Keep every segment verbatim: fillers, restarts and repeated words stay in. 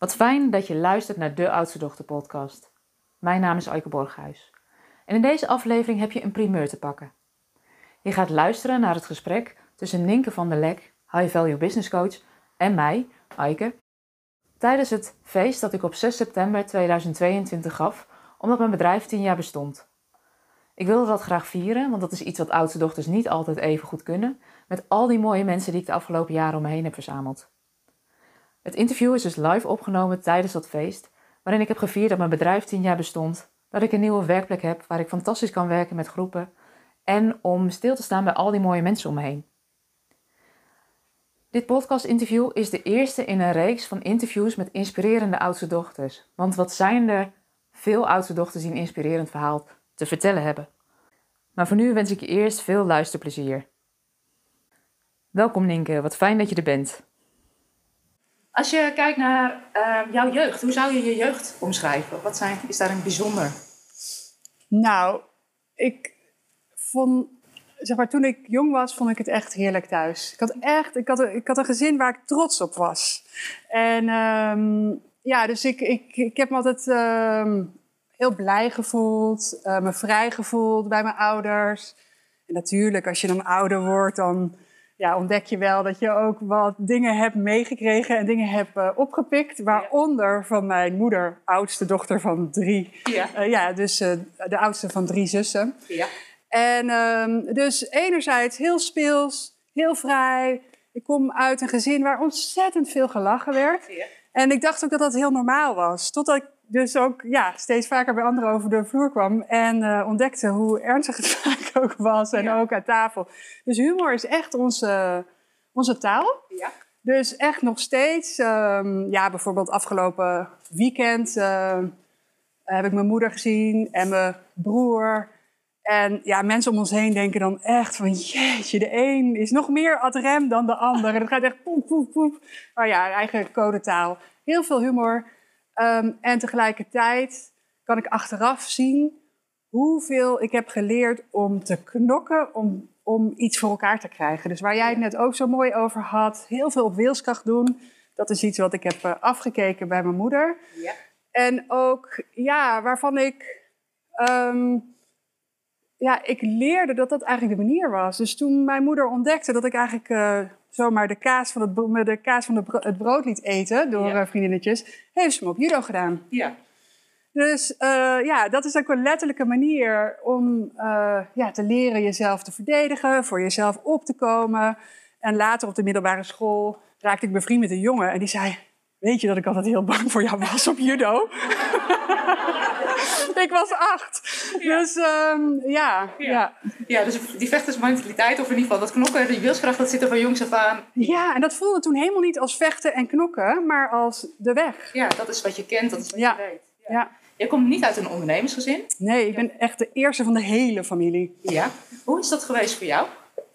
Wat fijn dat je luistert naar de Oudste Dochter podcast. Mijn naam is Aike Borghuis. En in deze aflevering heb je een primeur te pakken. Je gaat luisteren naar het gesprek tussen Ninke van der Lek, High Value Business Coach, en mij, Aike, tijdens het feest dat ik op zes september tweeduizend tweeëntwintig gaf, omdat mijn bedrijf tien jaar bestond. Ik wilde dat graag vieren, want dat is iets wat oudste dochters niet altijd even goed kunnen, met al die mooie mensen die ik de afgelopen jaren om me heen heb verzameld. Het interview is dus live opgenomen tijdens dat feest, waarin ik heb gevierd dat mijn bedrijf tien jaar bestond, dat ik een nieuwe werkplek heb waar ik fantastisch kan werken met groepen en om stil te staan bij al die mooie mensen om me heen. Dit podcast-interview is de eerste in een reeks van interviews met inspirerende oudste dochters. Want wat zijn er veel oudste dochters die een inspirerend verhaal te vertellen hebben. Maar voor nu wens ik je eerst veel luisterplezier. Welkom Ninke, wat fijn dat je er bent. Als je kijkt naar uh, jouw jeugd, hoe zou je je jeugd omschrijven? Wat zijn, is daar een bijzonder? Nou, ik vond, zeg maar, toen ik jong was, vond ik het echt heerlijk thuis. Ik had echt, ik had, een, ik had een gezin waar ik trots op was. En um, ja, dus ik, ik, ik heb me altijd um, heel blij gevoeld, uh, me vrij gevoeld bij mijn ouders. En natuurlijk, als je dan ouder wordt, dan ja, ontdek je wel dat je ook wat dingen hebt meegekregen en dingen hebt uh, opgepikt. Waaronder van mijn moeder, oudste dochter van drie. Ja, uh, ja dus uh, de oudste van drie zussen. Ja. En um, dus enerzijds heel speels, heel vrij. Ik kom uit een gezin waar ontzettend veel gelachen werd. Ja. En ik dacht ook dat dat heel normaal was. Totdat ik dus ook ja, steeds vaker bij anderen over de vloer kwam. En uh, ontdekte hoe ernstig het vaak ook was. En ja. Ook aan tafel. Dus humor is echt onze, onze taal. Ja. Dus echt nog steeds. Um, ja, bijvoorbeeld afgelopen weekend uh, heb ik mijn moeder gezien. En mijn broer. En ja, mensen om ons heen denken dan echt van... Jeetje, de een is nog meer ad rem dan de ander. En het gaat echt poep, poep, poep. Maar ja, eigen codetaal. Heel veel humor. Um, en tegelijkertijd kan ik achteraf zien hoeveel ik heb geleerd om te knokken, om, om iets voor elkaar te krijgen. Dus waar jij het net ook zo mooi over had, heel veel op wilskracht doen. Dat is iets wat ik heb uh, afgekeken bij mijn moeder. Ja. En ook, ja, waarvan ik, um, ja, ik leerde dat dat eigenlijk de manier was. Dus toen mijn moeder ontdekte dat ik eigenlijk... Uh, zomaar de kaas van het, de kaas van het brood liet eten door ja. vriendinnetjes, heeft ze me op judo gedaan. Ja. Dus uh, ja, dat is ook een letterlijke manier om uh, ja, te leren jezelf te verdedigen, voor jezelf op te komen. En later op de middelbare school raakte ik bevriend met een jongen en die zei, weet je dat ik altijd heel bang voor jou was op judo? Ik was acht. Ja. Dus um, ja, ja. ja. Ja, dus die vechtersmentaliteit, of in ieder geval dat knokken, die wilskracht, dat zit er van jongs af aan. Ja, en dat voelde toen helemaal niet als vechten en knokken, maar als de weg. Ja, dat is wat je kent, dat is wat ja. je weet. Ja. Ja. Jij komt niet uit een ondernemersgezin? Nee, ik ben echt de eerste van de hele familie. Ja. Hoe is dat geweest voor jou?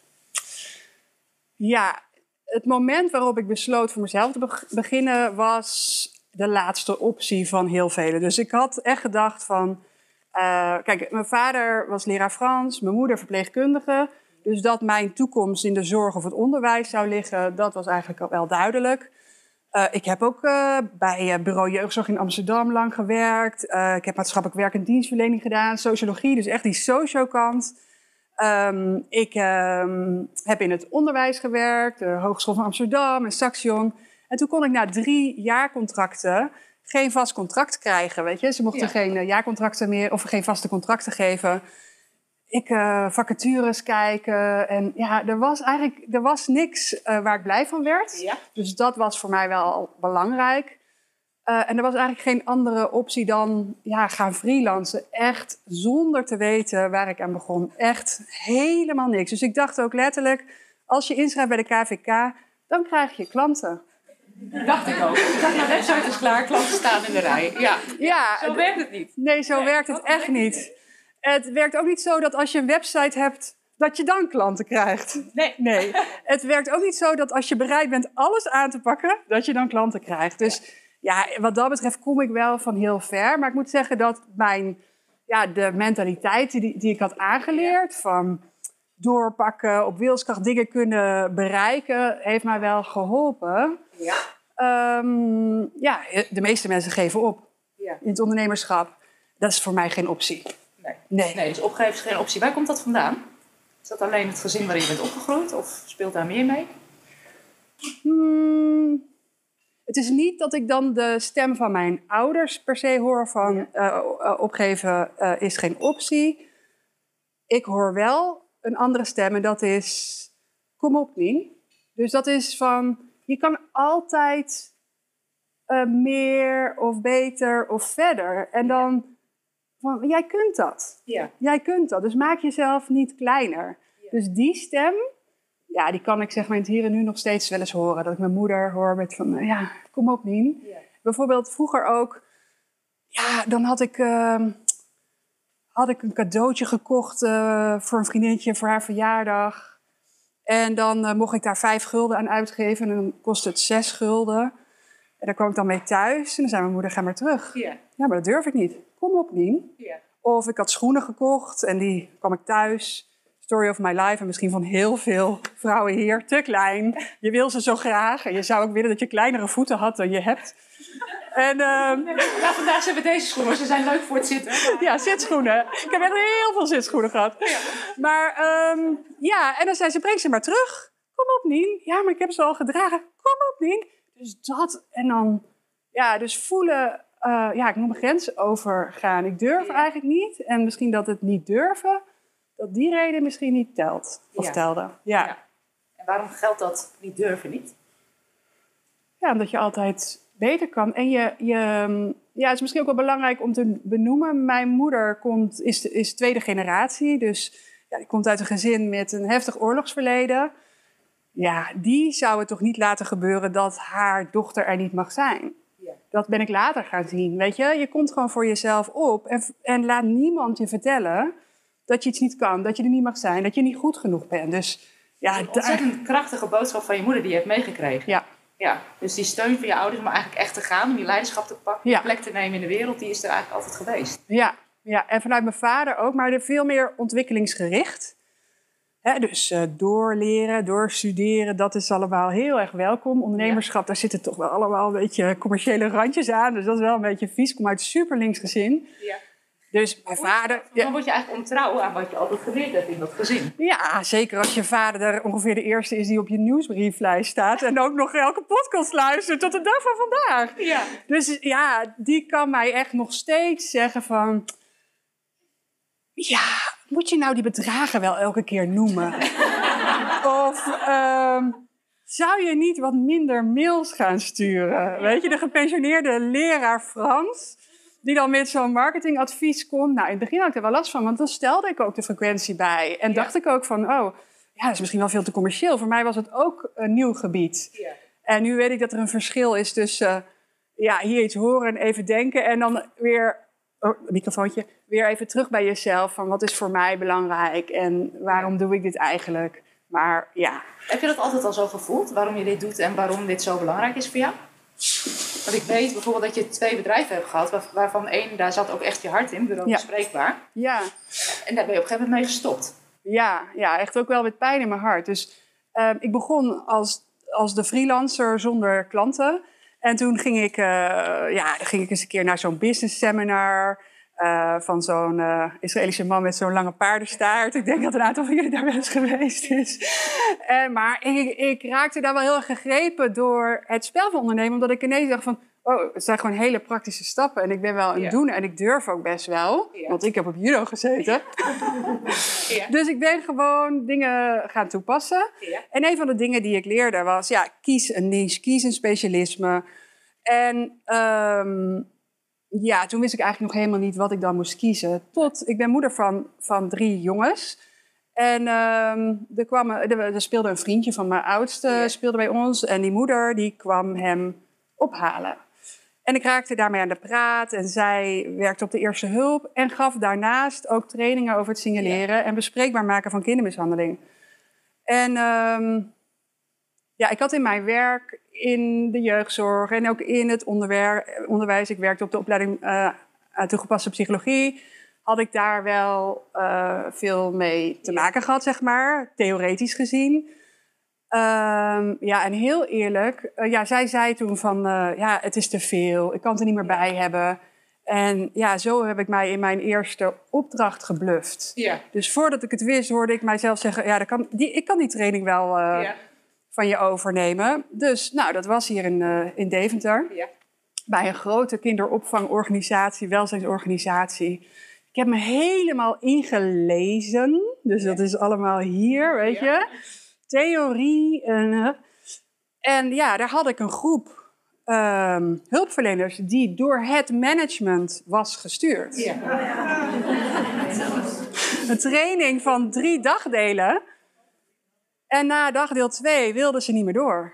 Ja, het moment waarop ik besloot voor mezelf te beginnen was de laatste optie van heel velen. Dus ik had echt gedacht van... Uh, kijk, mijn vader was leraar Frans, mijn moeder verpleegkundige. Dus dat mijn toekomst in de zorg of het onderwijs zou liggen, dat was eigenlijk al wel duidelijk. Uh, ik heb ook uh, bij uh, Bureau Jeugdzorg in Amsterdam lang gewerkt. Uh, ik heb maatschappelijk werk en dienstverlening gedaan, sociologie, dus echt die socio-kant. Um, ik um, heb in het onderwijs gewerkt, de Hogeschool van Amsterdam en Saxion. En toen kon ik na drie jaarcontracten geen vast contract krijgen, weet je. Ze mochten ja. geen uh, jaarcontracten meer of geen vaste contracten geven. Ik uh, vacatures kijken en ja, er was eigenlijk er was niks uh, waar ik blij van werd. Ja. Dus dat was voor mij wel belangrijk. Uh, en er was eigenlijk geen andere optie dan ja, gaan freelancen. Echt zonder te weten waar ik aan begon. Echt helemaal niks. Dus ik dacht ook letterlijk, als je inschrijft bij de K V K, dan krijg je klanten. Dat dacht ik ook. Ik dacht, mijn website is klaar, klanten staan in de rij. Ja, ja zo werkt het niet. Nee, zo nee, werkt het echt niet. Het werkt ook niet zo dat als je een website hebt, dat je dan klanten krijgt. Nee. nee. Het werkt ook niet zo dat als je bereid bent alles aan te pakken, dat je dan klanten krijgt. Dus ja, wat dat betreft kom ik wel van heel ver. Maar ik moet zeggen dat mijn, ja, de mentaliteit die, die ik had aangeleerd, van doorpakken, op wilskracht dingen kunnen bereiken, heeft mij wel geholpen. Ja. Um, ja, de meeste mensen geven op Ja. in het ondernemerschap. Dat is voor mij geen optie. Nee. Nee. nee, dus opgeven is geen optie. Waar komt dat vandaan? Is dat alleen het gezin waarin je bent opgegroeid of speelt daar meer mee? Hmm, het is niet dat ik dan de stem van mijn ouders per se hoor van uh, uh, opgeven uh, is geen optie. Ik hoor wel een andere stem en dat is kom op, Nien. Dus dat is van je kan altijd uh, meer of beter of verder. En dan van jij kunt dat. Ja. Jij kunt dat. Dus maak jezelf niet kleiner. Ja. Dus die stem, ja, die kan ik zeg maar in het hier en nu nog steeds wel eens horen. Dat ik mijn moeder hoor met van, ja, kom op, Nien. Ja. Bijvoorbeeld vroeger ook, ja, dan had ik, uh, had ik een cadeautje gekocht uh, voor een vriendinnetje voor haar verjaardag. En dan uh, mocht ik daar vijf gulden aan uitgeven en dan kostte het zes gulden. En daar kwam ik dan mee thuis en dan zei mijn moeder, ga maar terug. Ja, ja maar dat durf ik niet. Kom op, Nien. Ja. Of ik had schoenen gekocht en die kwam ik thuis. Story of my life en misschien van heel veel vrouwen hier. Te klein. Je wil ze zo graag. En je zou ook willen dat je kleinere voeten had dan je hebt. En, um... ja, vandaag zijn we deze schoenen. Ze zijn leuk voor het zitten. Ja, zitschoenen. Ik heb echt heel veel zitschoenen gehad. Ja. Maar um, ja, en dan zei ze, breng ze maar terug. Kom op, Nien. Ja, maar ik heb ze al gedragen. Kom op, Nien. Dus dat. En dan, ja, dus voelen... Uh, ja, ik moet mijn grens overgaan. Ik durf ja. eigenlijk niet. En misschien dat het niet durven, dat die reden misschien niet telt. Of ja. telde. Ja. Ja. En waarom geldt dat niet durven niet? Ja, omdat je altijd beter kan. En je, je, ja, het is misschien ook wel belangrijk om te benoemen. Mijn moeder komt, is, is tweede generatie. Dus ja, die komt uit een gezin met een heftig oorlogsverleden. Ja, die zou het toch niet laten gebeuren dat haar dochter er niet mag zijn. Ja. Dat ben ik later gaan zien, weet je. Je komt gewoon voor jezelf op en, en laat niemand je vertellen dat je iets niet kan, dat je er niet mag zijn, dat je niet goed genoeg bent. Dus ja, een ontzettend daar... krachtige boodschap van je moeder die je hebt meegekregen. Ja. Ja, dus die steun van je ouders om eigenlijk echt te gaan, om die leiderschap te pakken, ja. plek te nemen in de wereld, die is er eigenlijk altijd geweest. Ja, ja. En vanuit mijn vader ook, maar veel meer ontwikkelingsgericht. He, dus uh, doorleren, doorstuderen, dat is allemaal heel erg welkom. Ondernemerschap, ja. daar zitten toch wel allemaal een beetje commerciële randjes aan. Dus dat is wel een beetje vies. Ik kom uit een super links gezin. Ja. Dus mijn vader... Dan ja. word je eigenlijk ontrouw aan wat je altijd geleerd hebt in dat gezin. Ja, zeker als je vader er ongeveer de eerste is die op je nieuwsbrieflijst staat. En ook nog elke podcast luistert tot de dag van vandaag. Ja. Dus ja, die kan mij echt nog steeds zeggen van... Ja, moet je nou die bedragen wel elke keer noemen? Of um, zou je niet wat minder mails gaan sturen? Weet je, de gepensioneerde leraar Frans... die dan met zo'n marketingadvies komt. Nou, in het begin had ik er wel last van, want dan stelde ik ook de frequentie bij. En ja. dacht ik ook van, oh, ja, dat is misschien wel veel te commercieel. Voor mij was het ook een nieuw gebied. Ja. En nu weet ik dat er een verschil is tussen uh, ja, hier iets horen en even denken... en dan weer, oh, microfoontje, weer even terug bij jezelf... van wat is voor mij belangrijk en waarom doe ik dit eigenlijk? Maar ja. Heb je dat altijd al zo gevoeld, waarom je dit doet en waarom dit zo belangrijk is voor jou? Want ik weet bijvoorbeeld dat je twee bedrijven hebt gehad... waarvan één, daar zat ook echt je hart in, bureau bespreekbaar. Ja. En daar ben je op een gegeven moment mee gestopt. Ja, ja, echt ook wel met pijn in mijn hart. Dus uh, ik begon als, als de freelancer zonder klanten. En toen ging ik, uh, ja, dan ging ik eens een keer naar zo'n business seminar... Uh, van zo'n uh, Israëlische man met zo'n lange paardenstaart. Ik denk dat een aantal van jullie daar wel eens geweest is. Uh, maar ik, ik raakte daar wel heel erg gegrepen door het spel van ondernemen. Omdat ik ineens dacht van, oh, het zijn gewoon hele praktische stappen. En ik ben wel een ja. doen en ik durf ook best wel. Ja. Want ik heb op judo gezeten. Ja. Dus ik ben gewoon dingen gaan toepassen. Ja. En een van de dingen die ik leerde was, ja, kies een niche, kies een specialisme. En... Um, Ja, toen wist ik eigenlijk nog helemaal niet wat ik dan moest kiezen. Tot, ik ben moeder van, van drie jongens. En um, er, kwam, er, er speelde een vriendje van mijn oudste, yeah. speelde bij ons. En die moeder, die kwam hem ophalen. En ik raakte daarmee aan de praat. En zij werkte op de eerste hulp. En gaf daarnaast ook trainingen over het signaleren. Yeah. En bespreekbaar maken van kindermishandeling. En um, ja, ik had in mijn werk... in de jeugdzorg en ook in het onderwijs. Ik werkte op de opleiding uh, toegepaste psychologie. Had ik daar wel uh, veel mee te maken gehad, zeg maar, theoretisch gezien. Um, ja, en heel eerlijk, uh, ja, zij zei toen van, uh, ja, het is te veel, ik kan het er niet meer bij hebben. En ja, zo heb ik mij in mijn eerste opdracht gebluft. Ja. Dus voordat ik het wist, hoorde ik mijzelf zeggen, ja, dat kan, die, ik kan die training wel uh, ja. van je overnemen. Dus, nou, dat was hier in, uh, in Deventer. Ja. Bij een grote kinderopvangorganisatie, welzijnsorganisatie. Ik heb me helemaal ingelezen. Dus ja. dat is allemaal hier, weet ja. je. Theorie. En, uh, en ja, daar had ik een groep um, hulpverleners die door het management was gestuurd. Ja. Een training van drie dagdelen. En na dagdeel twee wilden ze niet meer door.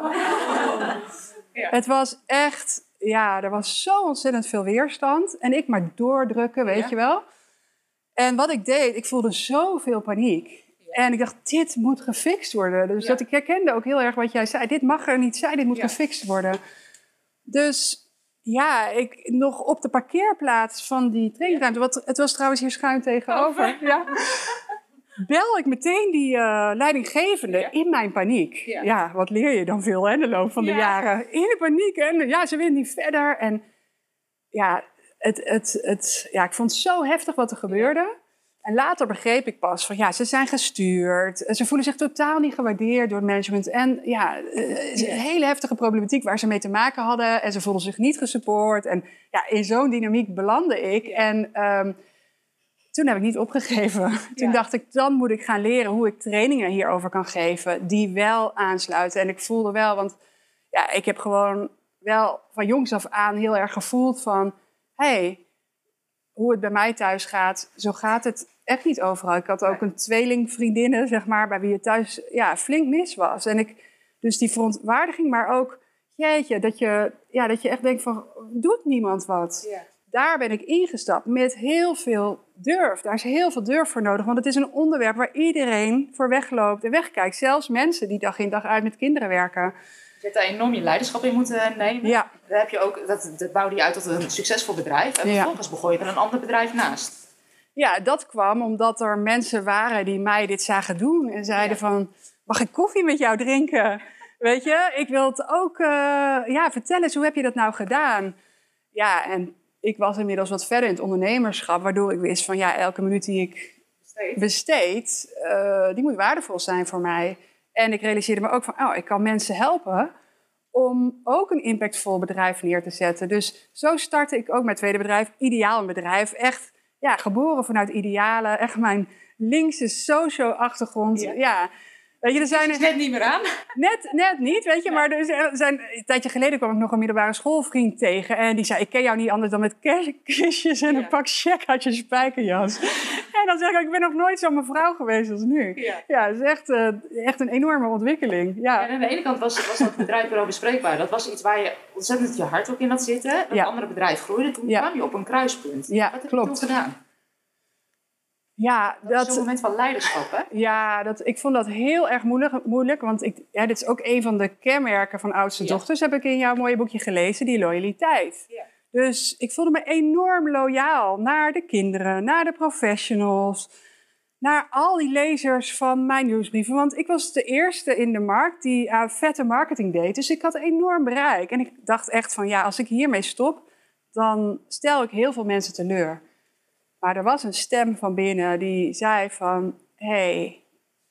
Ja. Het was echt... Ja, er was zo ontzettend veel weerstand. En ik maar doordrukken, weet ja. je wel. En wat ik deed, ik voelde zoveel paniek. Ja. En ik dacht, dit moet gefixt worden. Dus ja. dat ik herkende ook heel erg wat jij zei. Dit mag er niet zijn, dit moet ja. gefixt worden. Dus ja, ik nog op de parkeerplaats van die trainingruimte... Wat, het was trouwens hier schuin tegenover. Oh. Ja. Bel ik meteen die uh, leidinggevende ja. in mijn paniek. Ja. ja, wat leer je dan veel hè, in de loop van de ja. jaren? In de paniek en ja, ze willen niet verder. En ja, het, het, het, ja, ik vond het zo heftig wat er gebeurde. En later begreep ik pas van ja, ze zijn gestuurd. Ze voelen zich totaal niet gewaardeerd door het management. En ja, het is een hele heftige problematiek waar ze mee te maken hadden. En ze voelden zich niet gesupport. En ja, in zo'n dynamiek belandde ik. En... Um, Toen heb ik niet opgegeven. Toen ja. dacht ik, dan moet ik gaan leren hoe ik trainingen hierover kan geven. Die wel aansluiten. En ik voelde wel, want ja, ik heb gewoon wel van jongs af aan heel erg gevoeld van... Hé, hey, hoe het bij mij thuis gaat, zo gaat het echt niet overal. Ik had ook een tweelingvriendin, zeg maar, bij wie het thuis ja, flink mis was. En ik, dus die verontwaardiging, maar ook, jeetje, dat je, ja, dat je echt denkt van, doet niemand wat? Ja. Daar ben ik ingestapt met heel veel durf. Daar is heel veel durf voor nodig. Want het is een onderwerp waar iedereen voor wegloopt en wegkijkt. Zelfs mensen die dag in dag uit met kinderen werken. Je hebt daar enorm je leiderschap in moeten nemen. Ja. Daar heb je ook, dat, dat bouwde je uit tot een succesvol bedrijf. En vervolgens ja. begon je er een ander bedrijf naast. Ja, dat kwam omdat er mensen waren die mij dit zagen doen. En zeiden ja. van, mag ik koffie met jou drinken? Weet je, ik wil het ook... Uh, ja, vertel eens, hoe heb je dat nou gedaan? Ja, en... Ik was inmiddels wat verder in het ondernemerschap, waardoor ik wist van ja, elke minuut die ik besteed, besteed uh, die moet waardevol zijn voor mij. En ik realiseerde me ook van, oh, ik kan mensen helpen om ook een impactvol bedrijf neer te zetten. Dus zo startte ik ook mijn tweede bedrijf, Ideaal een bedrijf. Echt, ja, geboren vanuit idealen, echt mijn linkse socio-achtergrond, ja. ja. Weet je, er zijn er net niet meer aan. Net, net niet, weet je. Ja. Maar er zijn, een tijdje geleden kwam ik nog een middelbare schoolvriend tegen. En die zei, ik ken jou niet anders dan met kistjes en ja. een pak check uit je spijkerjas. En dan zeg ik, ik ben nog nooit zo'n mevrouw geweest als nu. Ja, ja dat is echt, uh, echt een enorme ontwikkeling. Ja. En aan de ene kant was, was dat bedrijf wel bespreekbaar. Dat was iets waar je ontzettend je hart ook in had zitten. Dat ja. andere bedrijf groeide. Toen ja. kwam je op een kruispunt. Ja, Wat heb klopt. je toen gedaan? Ja, dat, dat is zo'n moment van leiderschap, hè? Ja, dat, ik vond dat heel erg moeilijk. moeilijk want ik, ja, dit is ook een van de kenmerken van oudste ja. dochters, heb ik in jouw mooie boekje gelezen, die loyaliteit. Ja. Dus ik voelde me enorm loyaal naar de kinderen, naar de professionals, naar al die lezers van mijn nieuwsbrieven. Want ik was de eerste in de markt die uh, vette marketing deed. Dus ik had enorm bereik. En ik dacht echt van, ja, als ik hiermee stop, dan stel ik heel veel mensen teleur. Maar er was een stem van binnen die zei van... hé, hey,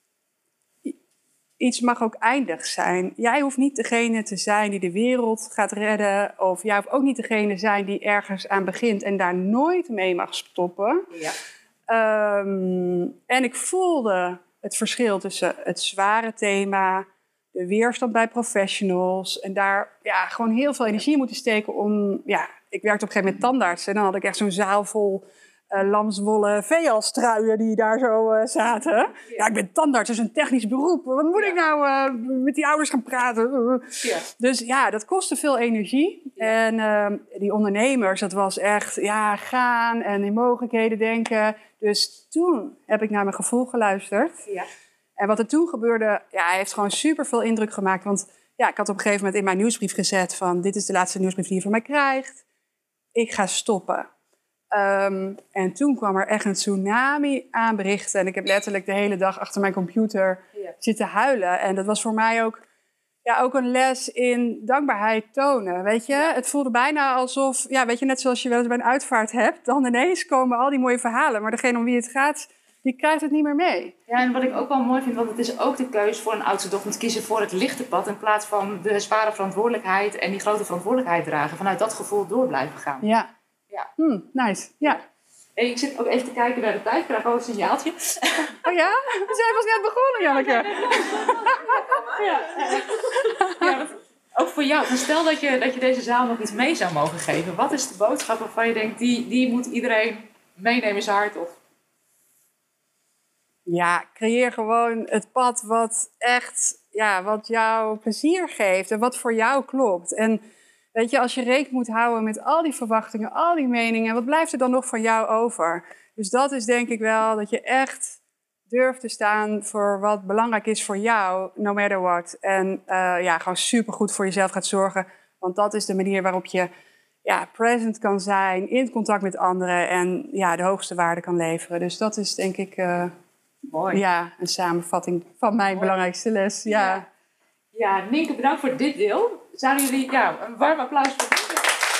iets mag ook eindig zijn. Jij hoeft niet degene te zijn die de wereld gaat redden. Of jij hoeft ook niet degene te zijn die ergens aan begint... en daar nooit mee mag stoppen. Ja. Um, en ik voelde het verschil tussen het zware thema... de weerstand bij professionals... en daar ja, gewoon heel veel energie moeten steken om... Ja, ik werkte op een gegeven moment tandarts... en dan had ik echt zo'n zaal vol... Uh, lamswollen veejalstruien die daar zo uh, zaten. Ja. ja, ik ben tandarts, dat is een technisch beroep. Wat moet ja. ik nou uh, met die ouders gaan praten? Ja. Dus ja, dat kostte veel energie. Ja. En uh, die ondernemers, dat was echt ja, gaan en in mogelijkheden denken. Dus toen heb ik naar mijn gevoel geluisterd. Ja. En wat er toen gebeurde, ja, heeft gewoon super veel indruk gemaakt. Want ja, ik had op een gegeven moment in mijn nieuwsbrief gezet van... dit is de laatste nieuwsbrief die je van mij krijgt. Ik ga stoppen. Um, en toen kwam er echt een tsunami aan berichten. En ik heb letterlijk de hele dag achter mijn computer... Ja. zitten huilen. En dat was voor mij ook, ja, ook een les in dankbaarheid tonen, weet je. Ja. Het voelde bijna alsof, ja, weet je, net zoals je wel eens bij een uitvaart hebt, dan ineens komen al die mooie verhalen. Maar degene om wie het gaat, die krijgt het niet meer mee. Ja, en wat ik ook wel mooi vind, want het is ook de keuze voor een oudste dochter om te kiezen voor het lichte pad in plaats van de zware verantwoordelijkheid en die grote verantwoordelijkheid dragen. Vanuit dat gevoel door blijven gaan. Ja. Ja. Hmm, nice. Ja. En ik zit ook even te kijken naar de tijd. Ik krijg al een signaaltje. Oh ja? We zijn pas net begonnen, Janneke. Ja. Ja, dat, ook voor jou. Maar stel dat je, dat je deze zaal nog iets mee zou mogen geven. Wat is de boodschap waarvan je denkt, die, die moet iedereen meenemen in zijn hart? Of... Ja, creëer gewoon het pad wat echt, ja, wat jou plezier geeft en wat voor jou klopt. En weet je, als je rekening moet houden met al die verwachtingen, al die meningen, wat blijft er dan nog van jou over? Dus dat is denk ik wel dat je echt durft te staan voor wat belangrijk is voor jou, no matter what. En uh, ja, gewoon supergoed voor jezelf gaat zorgen. Want dat is de manier waarop je ja, present kan zijn, in contact met anderen en ja, de hoogste waarde kan leveren. Dus dat is denk ik uh, Mooi. Ja, een samenvatting van mijn Mooi. belangrijkste les. Ja. Ja. Ja, Nienke, bedankt voor dit deel. Zouden jullie, ja, een warm applaus voor Nienke.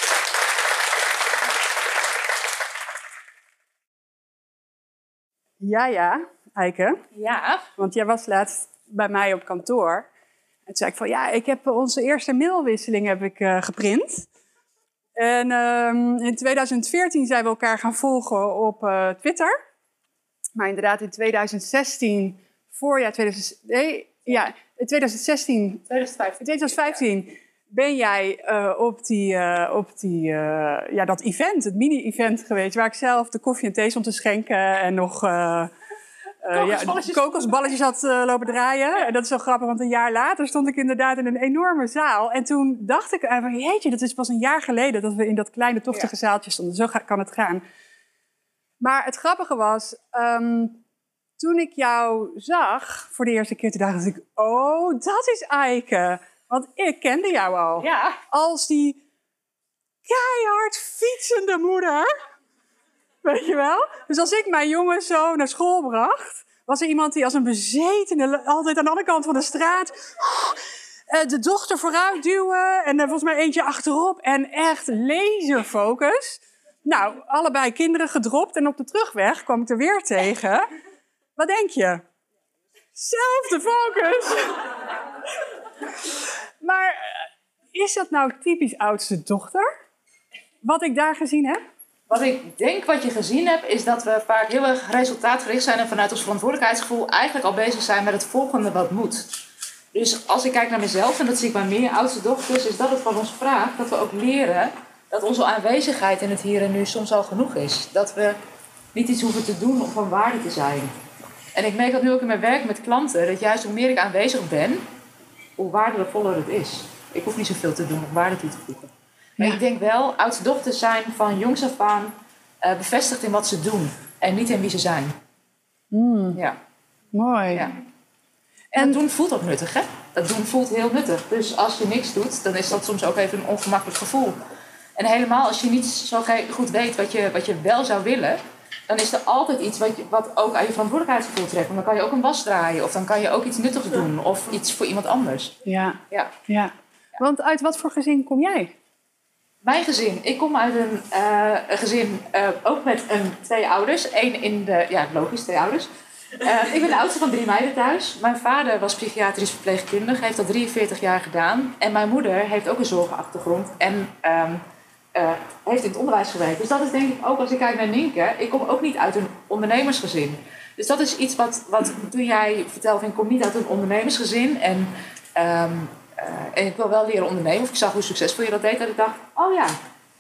Ja, ja, Eike. Ja. Want jij was laatst bij mij op kantoor. En toen zei ik van, ja, ik heb onze eerste mailwisseling heb ik, uh, geprint. En um, in tweeduizend veertien zijn we elkaar gaan volgen op uh, Twitter. Maar inderdaad in tweeduizend zestien, voorjaar tweeduizend, nee, ja, in tweeduizend zestien, tweeduizend vijftien, tweeduizend vijftien ben jij uh, op, die, uh, op die, uh, ja, dat event, het mini-event geweest, waar ik zelf de koffie en thee stond te schenken en nog uh, uh, kokosballetjes. Ja, kokosballetjes had uh, lopen draaien. En dat is zo grappig, want een jaar later stond ik inderdaad in een enorme zaal. En toen dacht ik van, jeetje, dat is pas een jaar geleden dat we in dat kleine tochtige ja. zaaltje stonden. Zo kan het gaan. Maar het grappige was, um, toen ik jou zag voor de eerste keer, toen dacht ik, oh, dat is Eike. Want ik kende jou al. Ja. Als die keihard fietsende moeder. Weet je wel? Dus als ik mijn jongens zo naar school bracht, was er iemand die als een bezetene, altijd aan de andere kant van de straat, oh, de dochter vooruit duwen en er volgens mij eentje achterop. En echt laserfocus. Nou, allebei kinderen gedropt en op de terugweg kwam ik er weer tegen. Wat denk je? Zelfde focus. Maar is dat nou typisch oudste dochter? Wat ik daar gezien heb? Wat ik denk wat je gezien hebt, is dat we vaak heel erg resultaatgericht zijn en vanuit ons verantwoordelijkheidsgevoel eigenlijk al bezig zijn met het volgende wat moet. Dus als ik kijk naar mezelf, en dat zie ik bij meer oudste dochters, is dat het van ons vraagt dat we ook leren dat onze aanwezigheid in het hier en nu soms al genoeg is. Dat we niet iets hoeven te doen om van waarde te zijn. En ik merk dat nu ook in mijn werk met klanten, dat juist hoe meer ik aanwezig ben, hoe waardevoller het is. Ik hoef niet zoveel te doen om waarde toe te voegen. Maar ja. Ik denk wel, oudste dochters zijn van jongs af aan uh, bevestigd in wat ze doen. En niet in wie ze zijn. Mm. Ja. Mooi. Ja. En, en dat doen voelt ook nuttig, hè? Dat doen voelt heel nuttig. Dus als je niks doet, dan is dat soms ook even een ongemakkelijk gevoel. En helemaal als je niet zo goed weet wat je, wat je wel zou willen, dan is er altijd iets wat, je, wat ook aan je verantwoordelijkheidsgevoel trekt. Want dan kan je ook een was draaien. Of dan kan je ook iets nuttigs doen. Of iets voor iemand anders. Ja. Ja. Ja. Want uit wat voor gezin kom jij? Mijn gezin. Ik kom uit een, uh, een gezin, uh, ook met een, twee ouders. Eén in de, ja logisch, twee ouders. Uh, ik ben de oudste van drie meiden thuis. Mijn vader was psychiatrisch verpleegkundige. Heeft dat drieënveertig jaar gedaan. En mijn moeder heeft ook een zorgachtergrond. En um, uh, heeft in het onderwijs gewerkt. Dus dat is denk ik ook, als ik kijk naar Nienke, ik kom ook niet uit een ondernemersgezin. Dus dat is iets wat, wat toen jij vertelde, ik kom niet uit een ondernemersgezin. En... Um, Uh, en ik wil wel leren ondernemen, of ik zag hoe succesvol je dat deed, dat ik dacht, oh ja.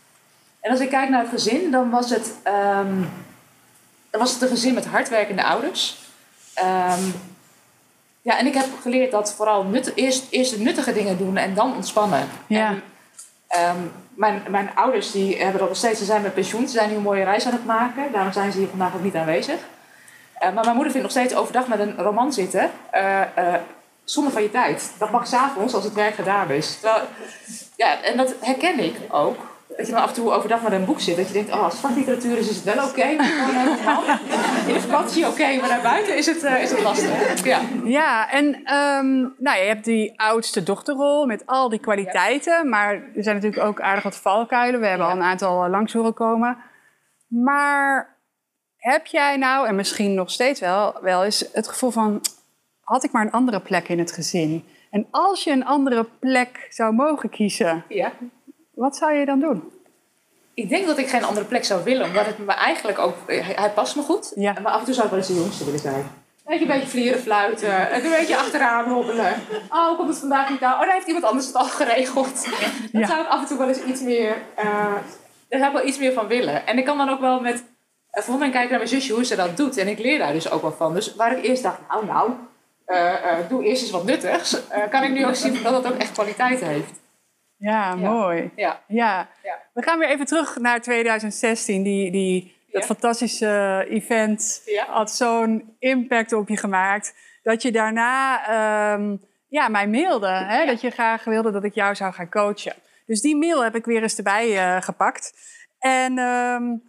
En als ik kijk naar het gezin, dan was het, um, dan was het een gezin met hardwerkende ouders. Um, ja, en ik heb geleerd dat vooral nut, eerst, eerst de nuttige dingen doen en dan ontspannen. Ja. En, um, mijn, mijn ouders die hebben dat nog steeds, ze zijn met pensioen, ze zijn nu een mooie reis aan het maken. Daarom zijn ze hier vandaag ook niet aanwezig. Uh, maar mijn moeder vindt nog steeds overdag met een roman zitten. Uh, uh, Zonder van je tijd. Dat mag 's avonds als het werk gedaan is. Terwijl, ja, en dat herken ik ook. dat je dan af en toe overdag met een boek zit. Dat je denkt, oh, als vakliteratuur is, is het wel oké. Okay, in de vakantie oké, okay, maar daarbuiten is het, uh, is het lastig. Ja, ja en um, nou, je hebt die oudste dochterrol met al die kwaliteiten. Ja. Maar er zijn natuurlijk ook aardig wat valkuilen. We hebben ja. al een aantal langs horen komen. Maar heb jij nou, en misschien nog steeds wel, wel eens het gevoel van... had ik maar een andere plek in het gezin? En als je een andere plek zou mogen kiezen... Ja. Wat zou je dan doen? Ik denk dat ik geen andere plek zou willen, omdat het me eigenlijk ook... Hij past me goed, ja. maar af en toe zou ik wel eens de jongste willen zijn. Weet je, een beetje vlieren fluiten, een beetje achteraan hobbelen. Oh, komt het vandaag niet aan? Oh, daar heeft iemand anders het al geregeld. Dat ja. zou ik af en toe wel eens iets meer... Uh, daar zou ik wel iets meer van willen. En ik kan dan ook wel met... Bijvoorbeeld kijken naar mijn zusje, hoe ze dat doet. En ik leer daar dus ook wel van. Dus waar ik eerst dacht, nou, nou, uh, uh, doe eerst eens wat nuttigs. Uh, kan ik nu ook zien dat dat ook echt kwaliteit heeft. Ja, ja. mooi. Ja. Ja. Ja. We gaan weer even terug naar twintig zestien. Die, die, dat ja. fantastische event ja. had zo'n impact op je gemaakt. Dat je daarna um, ja, mij mailde. Hè? Ja. Dat je graag wilde dat ik jou zou gaan coachen. Dus die mail heb ik weer eens erbij uh, gepakt. En um,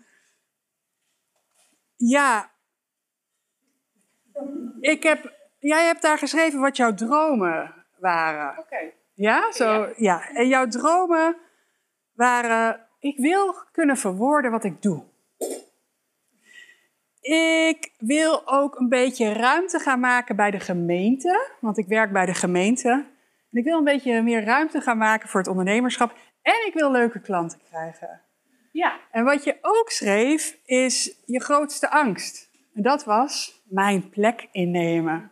ja, ik heb, jij hebt daar geschreven wat jouw dromen waren. Oké. Okay. Ja, zo, ja. ja. En jouw dromen waren... Ik wil kunnen verwoorden wat ik doe. Ik wil ook een beetje ruimte gaan maken bij de gemeente. Want ik werk bij de gemeente. En ik wil een beetje meer ruimte gaan maken voor het ondernemerschap. En ik wil leuke klanten krijgen. Ja. En wat je ook schreef, is je grootste angst. En dat was mijn plek innemen.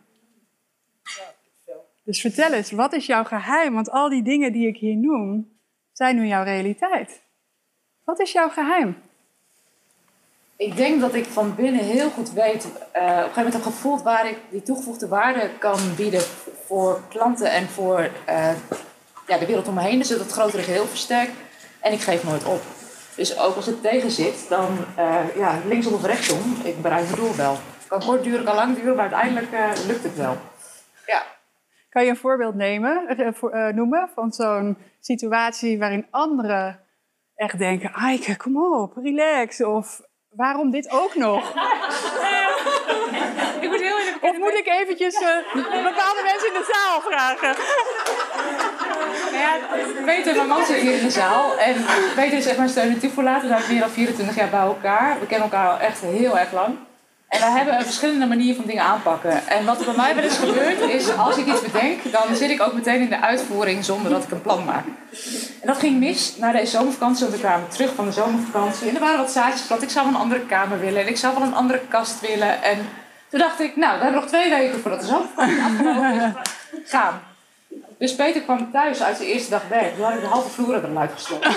Dus vertel eens, wat is jouw geheim? Want al die dingen die ik hier noem, zijn nu jouw realiteit. Wat is jouw geheim? Ik denk dat ik van binnen heel goed weet, uh, op een gegeven moment heb gevoeld waar ik die toegevoegde waarde kan bieden voor klanten en voor uh, ja, de wereld om me heen. Dus dat het grotere geheel versterkt. En ik geef nooit op. Dus ook als het tegen zit, dan uh, ja, linksom of rechtsom, ik bereik mijn doel wel. Het kan kort duren, kan lang duren, maar uiteindelijk uh, lukt het wel. Ja. Kan je een voorbeeld nemen, uh, voor, uh, noemen van zo'n situatie waarin anderen echt denken... Aike, kom op, relax. Of waarom dit ook nog? ik moet heel even... Of moet ik eventjes uh, bepaalde mensen in de zaal vragen? Nou ja, Peter en mijn man zitten hier in de zaal. En Peter is echt mijn steun en toeverlaat. We zijn meer dan vierentwintig jaar bij elkaar. We kennen elkaar al echt heel erg lang. En wij hebben een verschillende manier van dingen aanpakken. En wat er bij mij wel eens gebeurt is, als ik iets bedenk, dan zit ik ook meteen in de uitvoering zonder dat ik een plan maak. En dat ging mis na deze zomervakantie, want we kwamen terug van de zomervakantie. En er waren wat zaadjes geplant. Ik zou wel een andere kamer willen en ik zou wel een andere kast willen. En toen dacht ik, nou, we hebben nog twee weken voordat de zomervakantie afgelopen is. Gaan. Dus Peter kwam thuis uit zijn eerste dag werk. Toen had ik de halve vloer eruit gesloten.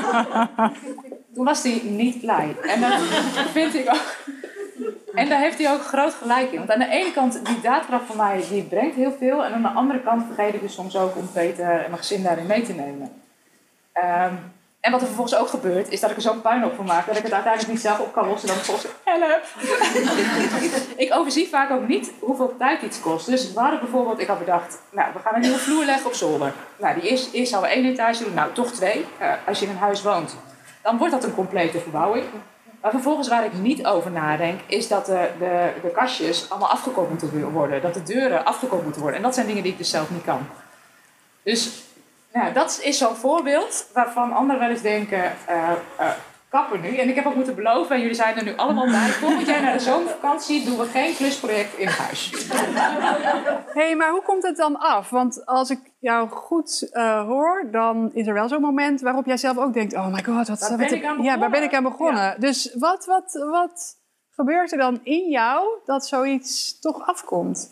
Toen was hij niet blij. En dat vind ik ook... En daar heeft hij ook groot gelijk in. Want aan de ene kant, die daadkracht van mij, die brengt heel veel. En aan de andere kant vergeet ik dus soms ook om Peter en mijn gezin daarin mee te nemen. Um, en wat er vervolgens ook gebeurt, is dat ik er zo'n puin op van maak, dat ik het uiteindelijk niet zelf op kan lossen. Dan vervolgens, help! Ik overzie vaak ook niet hoeveel tijd iets kost. Dus we hadden bijvoorbeeld, ik had bedacht, nou, we gaan een nieuwe vloer leggen op zolder. Nou, die eerst, eerst zouden we één etage doen, nou, toch twee. Uh, als je in een huis woont, dan wordt dat een complete verbouwing. Maar vervolgens waar ik niet over nadenk, is dat de, de, de kastjes allemaal afgekoppeld moeten worden. Dat de deuren afgekoppeld moeten worden. En dat zijn dingen die ik dus zelf niet kan. Dus nou, dat is zo'n voorbeeld waarvan anderen wel eens denken, uh, uh, kappen nu. En ik heb ook moeten beloven, en jullie zijn er nu allemaal bij. Volgend jaar naar de zomervakantie doen we geen klusproject in huis. Hé, hey, maar hoe komt het dan af? Want als ik jou goed uh, hoor, dan is er wel zo'n moment waarop jij zelf ook denkt, oh my god, wat, waar, wat, ben, ik aan ja, waar ben ik aan begonnen? Ja. Dus wat, wat, wat gebeurt er dan in jou dat zoiets toch afkomt?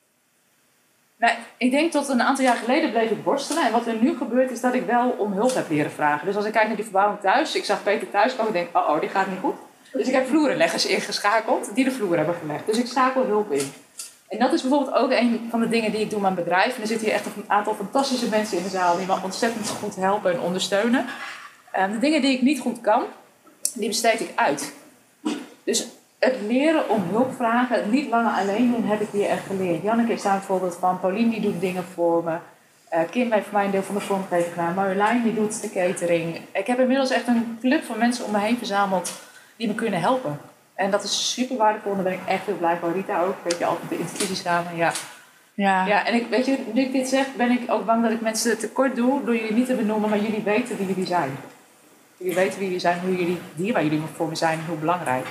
Nou, ik denk tot een aantal jaar geleden bleef ik worstelen. En wat er nu gebeurt is dat ik wel om hulp heb leren vragen. Dus als ik kijk naar die verbouwing thuis. Ik zag Peter thuis komen en denk, oh, oh, die gaat niet goed. Dus ik heb vloerenleggers ingeschakeld die de vloer hebben gelegd. Dus ik schakel hulp in. En dat is bijvoorbeeld ook een van de dingen die ik doe met mijn bedrijf. En er zitten hier echt een aantal fantastische mensen in de zaal die me ontzettend goed helpen en ondersteunen. En de dingen die ik niet goed kan, die besteed ik uit. Dus het leren om hulp vragen, het niet langer alleen doen, heb ik hier echt geleerd. Janneke is daar een voorbeeld van. Paulien die doet dingen voor me. Uh, Kim heeft voor mij een deel van de vormgeving gedaan. Marjolein die doet de catering. Ik heb inmiddels echt een club van mensen om me heen verzameld die me kunnen helpen. En dat is super waardevol en daar ben ik echt heel blij van. Rita ook, weet je, altijd de intervisies samen. Ja. Ja. Ja, en ik, weet je, nu ik dit zeg, ben ik ook bang dat ik mensen tekort doe door jullie niet te benoemen, maar jullie weten wie jullie zijn. Jullie weten wie jullie zijn, hoe jullie, dierbaar jullie voor me zijn en hoe belangrijk.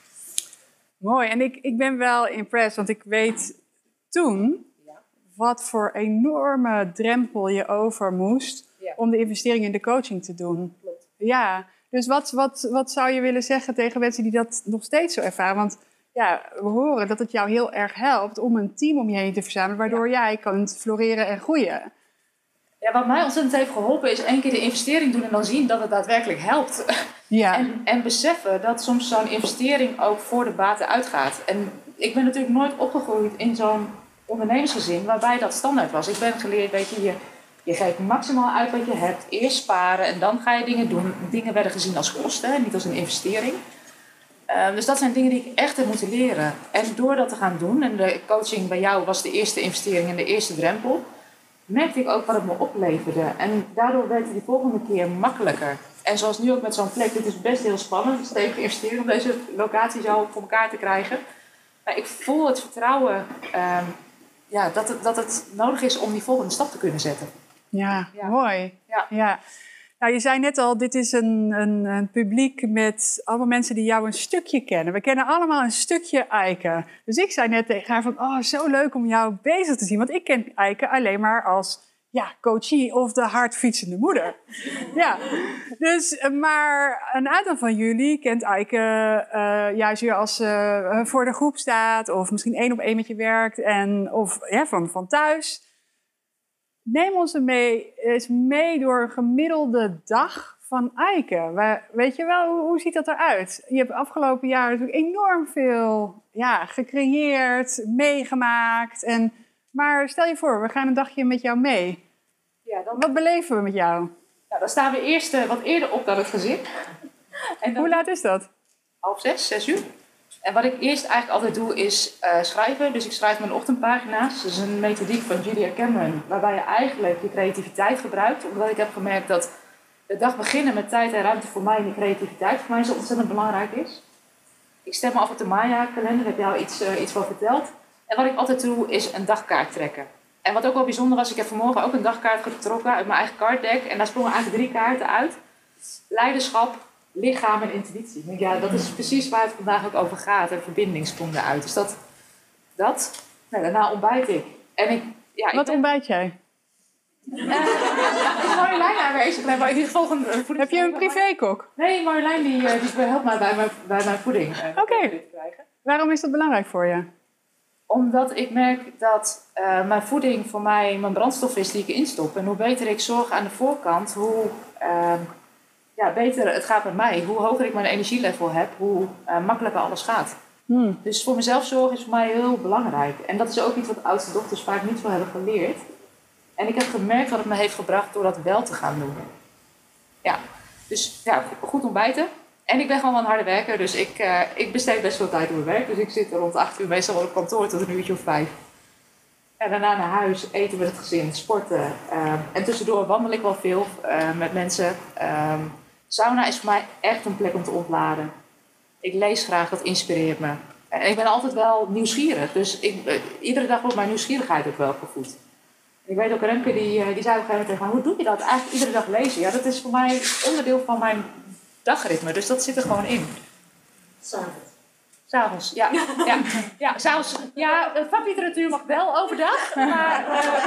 Mooi, en ik, ik ben wel impressed, want ik weet toen ja. wat voor enorme drempel je over moest ja. om de investering in de coaching te doen. Klopt. Ja, dus wat, wat, wat zou je willen zeggen tegen mensen die dat nog steeds zo ervaren? Want ja, we horen dat het jou heel erg helpt om een team om je heen te verzamelen, waardoor ja. jij kunt floreren en groeien. Ja, wat mij ontzettend heeft geholpen is één keer de investering doen en dan zien dat het daadwerkelijk helpt. Ja. En, en beseffen dat soms zo'n investering ook voor de baten uitgaat. En ik ben natuurlijk nooit opgegroeid in zo'n ondernemersgezin waarbij dat standaard was. Ik ben geleerd, weet je, je, je geeft maximaal uit wat je hebt. Eerst sparen en dan ga je dingen doen. Dingen werden gezien als kosten, niet als een investering. Uh, dus dat zijn dingen die ik echt heb moeten leren. En door dat te gaan doen, en de coaching bij jou was de eerste investering en de eerste drempel, merkte ik ook wat het me opleverde. En daardoor werd het die volgende keer makkelijker. En zoals nu ook met zo'n plek, dit is best heel spannend. Stevig investeren om deze locatie zo voor elkaar te krijgen. Maar ik voel het vertrouwen um, ja, dat, het, dat het nodig is om die volgende stap te kunnen zetten. Ja, ja. mooi. Ja. Ja. Nou, je zei net al, dit is een, een, een publiek met allemaal mensen die jou een stukje kennen. We kennen allemaal een stukje Eike. Dus ik zei net tegen haar van, oh, zo leuk om jou bezig te zien. Want ik ken Eike alleen maar als ja, coachie of de hardfietsende moeder. Ja, dus, maar een aantal van jullie kent Eike uh, juist weer als ze uh, voor de groep staat. Of misschien één op één met je werkt. En, of ja, van, van thuis. Neem ons mee, eens mee door een gemiddelde dag van Eike. We, weet je wel, hoe, hoe ziet dat eruit? Je hebt afgelopen jaar natuurlijk enorm veel ja, gecreëerd, meegemaakt. En, maar stel je voor, we gaan een dagje met jou mee. Ja, dan... Wat beleven we met jou? Nou, dan staan we eerst uh, wat eerder op dan het gezin. En dan... Hoe laat is dat? Half zes, zes uur. En wat ik eerst eigenlijk altijd doe is uh, schrijven. Dus ik schrijf mijn ochtendpagina's. Dat is een methodiek van Julia Cameron. Waarbij je eigenlijk je creativiteit gebruikt. Omdat ik heb gemerkt dat de dag beginnen met tijd en ruimte voor mij en de creativiteit voor mij zo ontzettend belangrijk is. Ik stem me af op de Maya-kalender. Daar heb je al iets, uh, iets van verteld. En wat ik altijd doe is een dagkaart trekken. En wat ook wel bijzonder was, ik heb vanmorgen ook een dagkaart getrokken uit mijn eigen kaartdeck. En daar sprongen eigenlijk drie kaarten uit. Leiderschap, lichaam en intuïtie. Ja, dat is precies waar het vandaag ook over gaat. En verbinding sprong eruit. Dus dat, dat. Nou, daarna ontbijt ik. En ik ja, Wat ik ben... ontbijt jij? Uh, is Marjolein aanwezig? Nee, maar in ieder geval een voeding. Heb je een privékok? Nee, Marjolein die, die helpt mij bij mijn, bij mijn voeding. Uh, Oké. Okay. Waarom is dat belangrijk voor je? Omdat ik merk dat uh, mijn voeding voor mij mijn brandstof is die ik instop. En hoe beter ik zorg aan de voorkant, hoe uh, ja, beter het gaat met mij. Hoe hoger ik mijn energielevel heb, hoe uh, makkelijker alles gaat. Hmm. Dus voor mezelf zorgen is voor mij heel belangrijk. En dat is ook iets wat oudste dochters vaak niet zo hebben geleerd. En ik heb gemerkt wat het me heeft gebracht door dat wel te gaan doen. Ja, dus ja, goed ontbijten. En ik ben gewoon wel een harde werker, dus ik, uh, ik besteed best veel tijd op mijn werk. Dus ik zit er rond acht uur meestal wel op kantoor tot een uurtje of vijf. En daarna naar huis, eten met het gezin, sporten. Uh, en tussendoor wandel ik wel veel uh, met mensen. Uh, sauna is voor mij echt een plek om te ontladen. Ik lees graag, dat inspireert me. En ik ben altijd wel nieuwsgierig, dus ik, uh, iedere dag wordt mijn nieuwsgierigheid ook wel gevoed. Ik weet ook, Remke die, uh, die zei op een gegeven moment tegen mij, hoe doe je dat? Eigenlijk iedere dag lezen. Ja, dat is voor mij onderdeel van mijn dagritme, dus dat zit er gewoon in. S'avonds. S'avonds, ja. Ja, ja, s'avonds. Ja, vakliteratuur mag wel overdag, maar...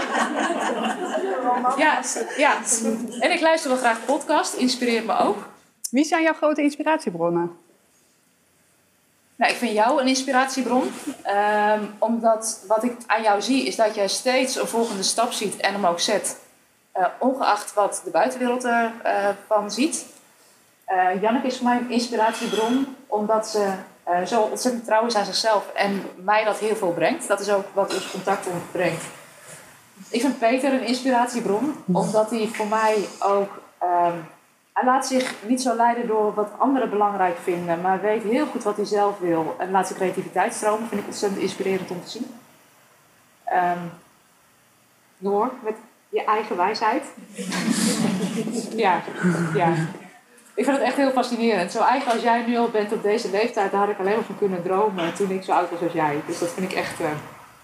Uh, ja, ja, en ik luister wel graag podcast, inspireert me ook. Wie zijn jouw grote inspiratiebronnen? Nou, ik vind jou een inspiratiebron. Um, omdat wat ik aan jou zie, is dat jij steeds een volgende stap ziet en hem ook zet. Uh, ongeacht wat de buitenwereld ervan uh, ziet. Uh, Janneke is voor mij een inspiratiebron, omdat ze uh, zo ontzettend trouw is aan zichzelf en mij dat heel veel brengt. Dat is ook wat ons contact ons brengt. Ik vind Peter een inspiratiebron, omdat hij voor mij ook... Um, hij laat zich niet zo leiden door wat anderen belangrijk vinden, maar weet heel goed wat hij zelf wil. En laat zijn creativiteit stromen, vind ik ontzettend inspirerend om te zien. Um, door met... Ja, je eigen wijsheid. ja, ja. Ik vind het echt heel fascinerend. Zo eigen als jij nu al bent op deze leeftijd, daar had ik alleen maar van kunnen dromen toen ik zo oud was als jij. Dus dat vind ik echt... Uh...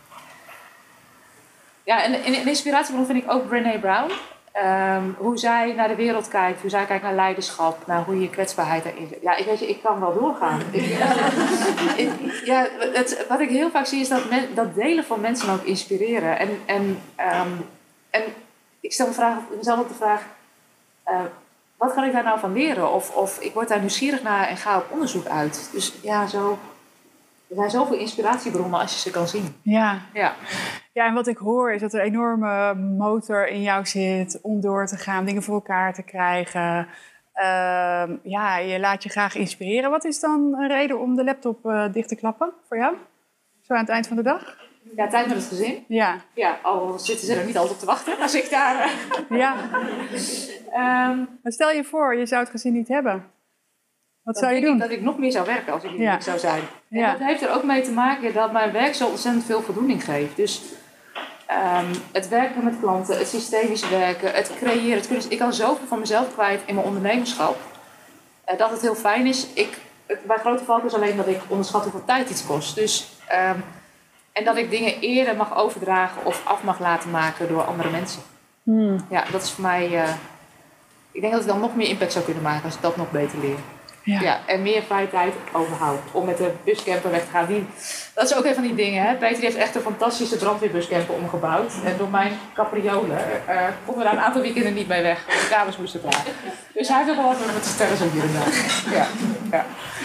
Ja, en een inspiratiebron vind ik ook Brené Brown. Um, hoe zij naar de wereld kijkt, hoe zij kijkt naar leiderschap, naar hoe je kwetsbaarheid erin zit. Ja, ik weet je, ik kan wel doorgaan. ik, ik, ja, het, wat ik heel vaak zie is dat, men, dat delen van mensen ook inspireren. En, en, um, en ik stel me vraag, mezelf ook de vraag, uh, wat kan ik daar nou van leren? Of, of ik word daar nieuwsgierig naar en ga op onderzoek uit. Dus ja, zo, er zijn zoveel inspiratiebronnen als je ze kan zien. Ja. Ja. Ja, en wat ik hoor is dat er een enorme motor in jou zit om door te gaan, dingen voor elkaar te krijgen. Uh, ja, je laat je graag inspireren. Wat is dan een reden om de laptop uh, dicht te klappen voor jou? Zo aan het eind van de dag? Ja, tijd met het gezin. Ja. Ja, al zitten ze er niet altijd op te wachten als ik daar... ja. um, maar stel je voor, je zou het gezin niet hebben. Wat zou je doen? Ik denk dat ik nog meer zou werken als ik niet ja. zou zijn. En ja. dat heeft er ook mee te maken dat mijn werk zo ontzettend veel voldoening geeft. Dus um, het werken met klanten, het systemisch werken, het creëren. Het kunnen, ik kan zoveel van mezelf kwijt in mijn ondernemerschap. Uh, dat het heel fijn is. Ik, het, mijn grote valk is alleen dat ik onderschat hoeveel tijd iets kost. Dus, um, en dat ik dingen eerder mag overdragen of af mag laten maken door andere mensen. Hmm. Ja, dat is voor mij... Uh, ik denk dat ik dan nog meer impact zou kunnen maken als ik dat nog beter leer. Ja. ja, en meer vrije tijd overhoud. Om met de buscamper weg te gaan. Die, dat is ook een van die dingen. Hè? Peter heeft echt een fantastische brandweerbuscamper omgebouwd. En door mijn capriolen uh, konden we daar een aantal weekenden niet mee weg. Want de kamers moesten klaar. Dus hij heeft ook wel wat met de sterren zo hier en daar. Ja, ja.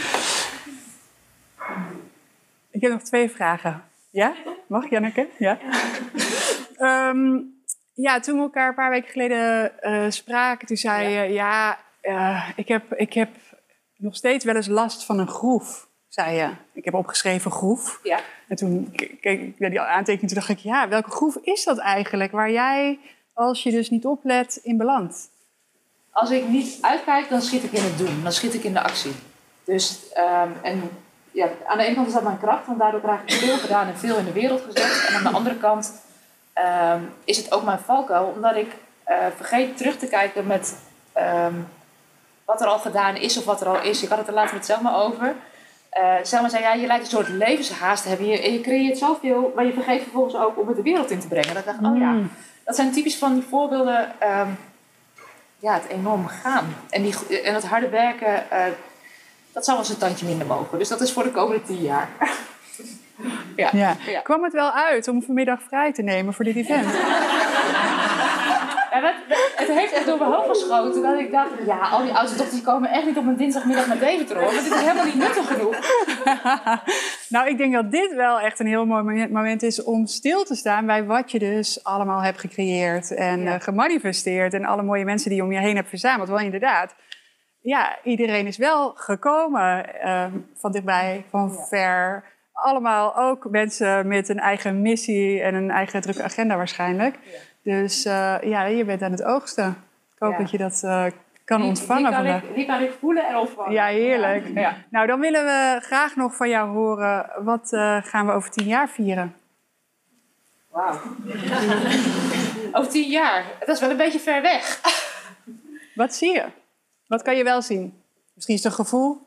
Ik heb nog twee vragen. Ja? Mag, Janneke? Ja. um, ja, toen we elkaar een paar weken geleden uh, spraken, toen zei je... Ja, ja uh, ik, heb, ik heb nog steeds wel eens last van een groef, zei je. Ik heb opgeschreven groef. Ja. En toen keek ik naar die aantekening, toen dacht ik... Ja, welke groef is dat eigenlijk? Waar jij, als je dus niet oplet, in belandt? Als ik niet uitkijk, dan schiet ik in het doen. Dan schiet ik in de actie. Dus, um, en... Ja, aan de ene kant is dat mijn kracht, want daardoor krijg ik veel gedaan en veel in de wereld gezet. En aan de andere kant um, is het ook mijn valkuil, omdat ik uh, vergeet terug te kijken met um, wat er al gedaan is of wat er al is. Ik had het er later met Selma over. Uh, Selma zei, ja, je lijkt een soort levenshaast te hebben. Je, en je creëert zoveel, maar je vergeet vervolgens ook om het de wereld in te brengen. Dat ik dacht, oh ja, dat zijn typisch van die voorbeelden, um, ja, het enorm gaan. En, die, en het harde werken... Uh, Dat zou wel eens een tandje minder mogen. Dus dat is voor de komende tien jaar. ja. Ja. Ja. Kwam het wel uit om vanmiddag vrij te nemen voor dit event? Ja, dat, het heeft echt door mijn hoofd geschoten. Dat ik dacht, ja, al die oudste dochters komen echt niet op een dinsdagmiddag naar Deventer hoor. Want dit is helemaal niet nuttig genoeg. Nou, ik denk dat dit wel echt een heel mooi moment is om stil te staan bij wat je dus allemaal hebt gecreëerd en ja. uh, gemanifesteerd. En alle mooie mensen die je om je heen hebt verzameld. Wel inderdaad. Ja, iedereen is wel gekomen uh, van dichtbij, van ja. ver. Allemaal ook mensen met een eigen missie en een eigen drukke agenda waarschijnlijk. Ja. Dus uh, ja, je bent aan het oogsten. Ik hoop ja. dat je dat uh, kan die, ontvangen die kan vandaag. Ik, die kan ik voelen en ontvangen. Ja, heerlijk. Ja. Ja. Nou, dan willen we graag nog van jou horen. Wat uh, gaan we over tien jaar vieren? Wauw. Over tien jaar? Dat is wel een beetje ver weg. Wat zie je? Wat kan je wel zien? Misschien is het een gevoel?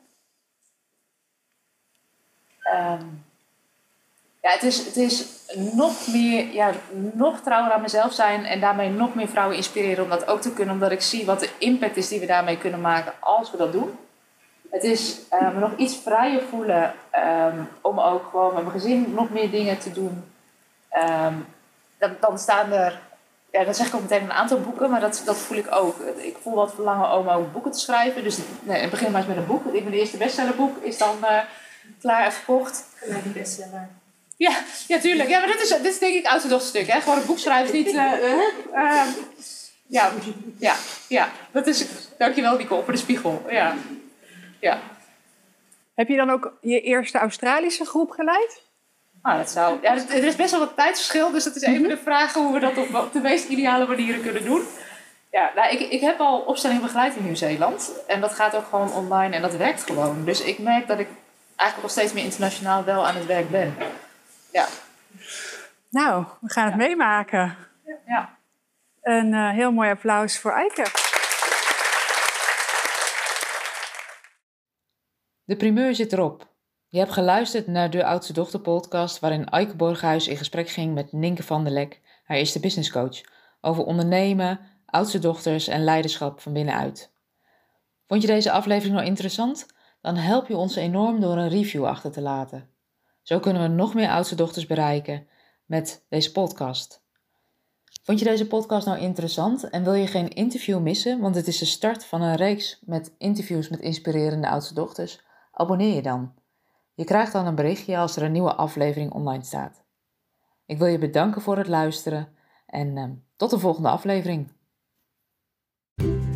Um, ja, het is, het is nog meer, ja, nog trouwer aan mezelf zijn en daarmee nog meer vrouwen inspireren om dat ook te kunnen, omdat ik zie wat de impact is die we daarmee kunnen maken als we dat doen. Het is uh, me nog iets vrijer voelen um, om ook gewoon met mijn gezin nog meer dingen te doen. Um, dan, dan staan er... Ja, dan zeg ik ook meteen een aantal boeken, maar dat, dat voel ik ook. Ik voel wat verlangen om ook boeken te schrijven. Dus nee, ik begin maar eens met een boek. Ik ben de eerste bestsellerboek, is dan uh, klaar en verkocht. Ja, die bestseller. Ja, ja, tuurlijk. Ja, maar dit is, dit is denk ik het oudste dochtstuk, hè. Gewoon een boek schrijven is niet... Uh, uh, uh, ja, ja, ja. Dat is... Dankjewel, Nicole, voor de spiegel. Ja, ja. Heb je dan ook je eerste Australische groep geleid? Ah, dat zou... Ja, er is best wel wat tijdsverschil, dus dat is even de vraag hoe we dat op, op de meest ideale manieren kunnen doen. Ja, nou, ik, ik heb al opstellingen begeleid in Nieuw-Zeeland. En dat gaat ook gewoon online en dat werkt gewoon. Dus ik merk dat ik eigenlijk nog steeds meer internationaal wel aan het werk ben. Ja. Nou, we gaan het ja. meemaken. Ja. een uh, heel mooi applaus voor Eike. De primeur zit erop. Je hebt geluisterd naar de Oudste Dochter podcast waarin Eike Borghuis in gesprek ging met Ninke van der Lek, haar eerste businesscoach, over ondernemen, oudste dochters en leiderschap van binnenuit. Vond je deze aflevering nou interessant? Dan help je ons enorm door een review achter te laten. Zo kunnen we nog meer oudste dochters bereiken met deze podcast. Vond je deze podcast nou interessant en wil je geen interview missen, want het is de start van een reeks met interviews met inspirerende oudste dochters? Abonneer je dan. Je krijgt dan een berichtje als er een nieuwe aflevering online staat. Ik wil je bedanken voor het luisteren en uh, tot de volgende aflevering.